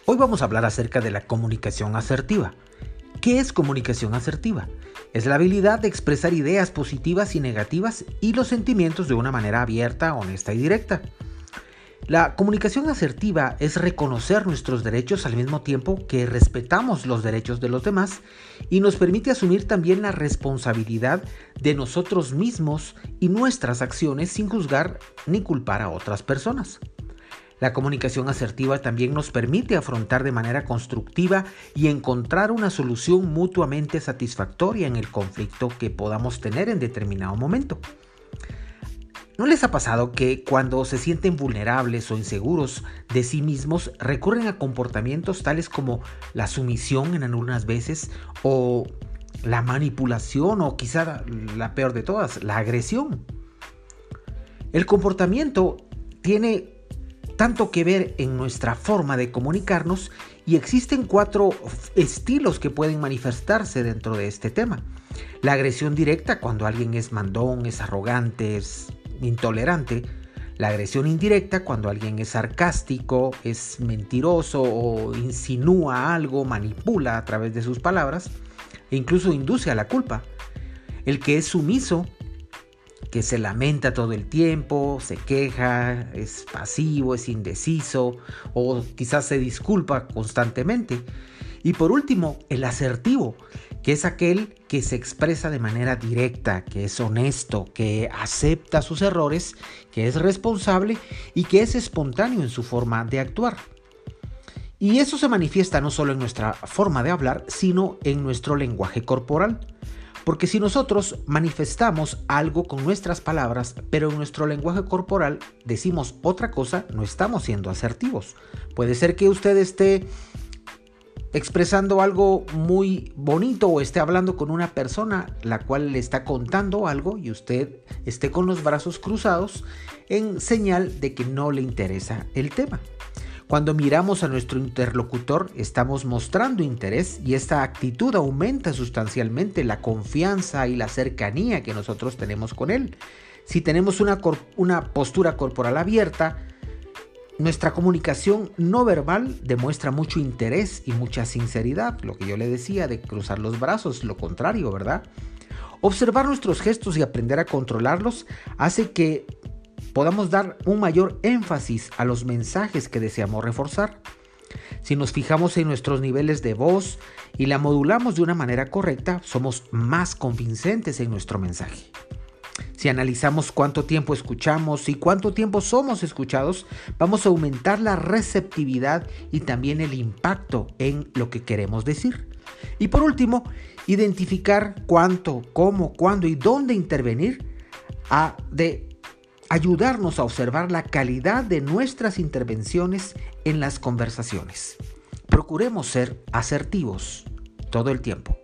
Hoy vamos a hablar acerca de la comunicación asertiva. ¿Qué es comunicación asertiva? Es la habilidad de expresar ideas positivas y negativas y los sentimientos de una manera abierta, honesta y directa. La comunicación asertiva es reconocer nuestros derechos al mismo tiempo que respetamos los derechos de los demás y nos permite asumir también la responsabilidad de nosotros mismos y nuestras acciones sin juzgar ni culpar a otras personas. La comunicación asertiva también nos permite afrontar de manera constructiva y encontrar una solución mutuamente satisfactoria en el conflicto que podamos tener en determinado momento. ¿No les ha pasado que cuando se sienten vulnerables o inseguros de sí mismos recurren a comportamientos tales como la sumisión en algunas veces o la manipulación o quizá la peor de todas, la agresión? El comportamiento tiene tanto que ver en nuestra forma de comunicarnos y existen 4 estilos que pueden manifestarse dentro de este tema. La agresión directa, cuando alguien es mandón, es arrogante, es intolerante. La agresión indirecta, cuando alguien es sarcástico, es mentiroso o insinúa algo, manipula a través de sus palabras e incluso induce a la culpa. El que es sumiso, que se lamenta todo el tiempo, se queja, es pasivo, es indeciso o quizás se disculpa constantemente. Y por último, el asertivo, que es aquel que se expresa de manera directa, que es honesto, que acepta sus errores, que es responsable y que es espontáneo en su forma de actuar. Y eso se manifiesta no solo en nuestra forma de hablar, sino en nuestro lenguaje corporal. Porque si nosotros manifestamos algo con nuestras palabras, pero en nuestro lenguaje corporal decimos otra cosa, no estamos siendo asertivos. Puede ser que usted esté expresando algo muy bonito o esté hablando con una persona la cual le está contando algo y usted esté con los brazos cruzados en señal de que no le interesa el tema. Cuando miramos a nuestro interlocutor, estamos mostrando interés y esta actitud aumenta sustancialmente la confianza y la cercanía que nosotros tenemos con él. Si tenemos una postura corporal abierta, nuestra comunicación no verbal demuestra mucho interés y mucha sinceridad. Lo que yo le decía de cruzar los brazos, lo contrario, ¿verdad? Observar nuestros gestos y aprender a controlarlos hace que podamos dar un mayor énfasis a los mensajes que deseamos reforzar. Si nos fijamos en nuestros niveles de voz y la modulamos de una manera correcta, somos más convincentes en nuestro mensaje. Si analizamos cuánto tiempo escuchamos y cuánto tiempo somos escuchados, vamos a aumentar la receptividad y también el impacto en lo que queremos decir. Y por último, identificar cuánto, cómo, cuándo y dónde intervenir de ayudarnos a observar la calidad de nuestras intervenciones en las conversaciones. Procuremos ser asertivos todo el tiempo.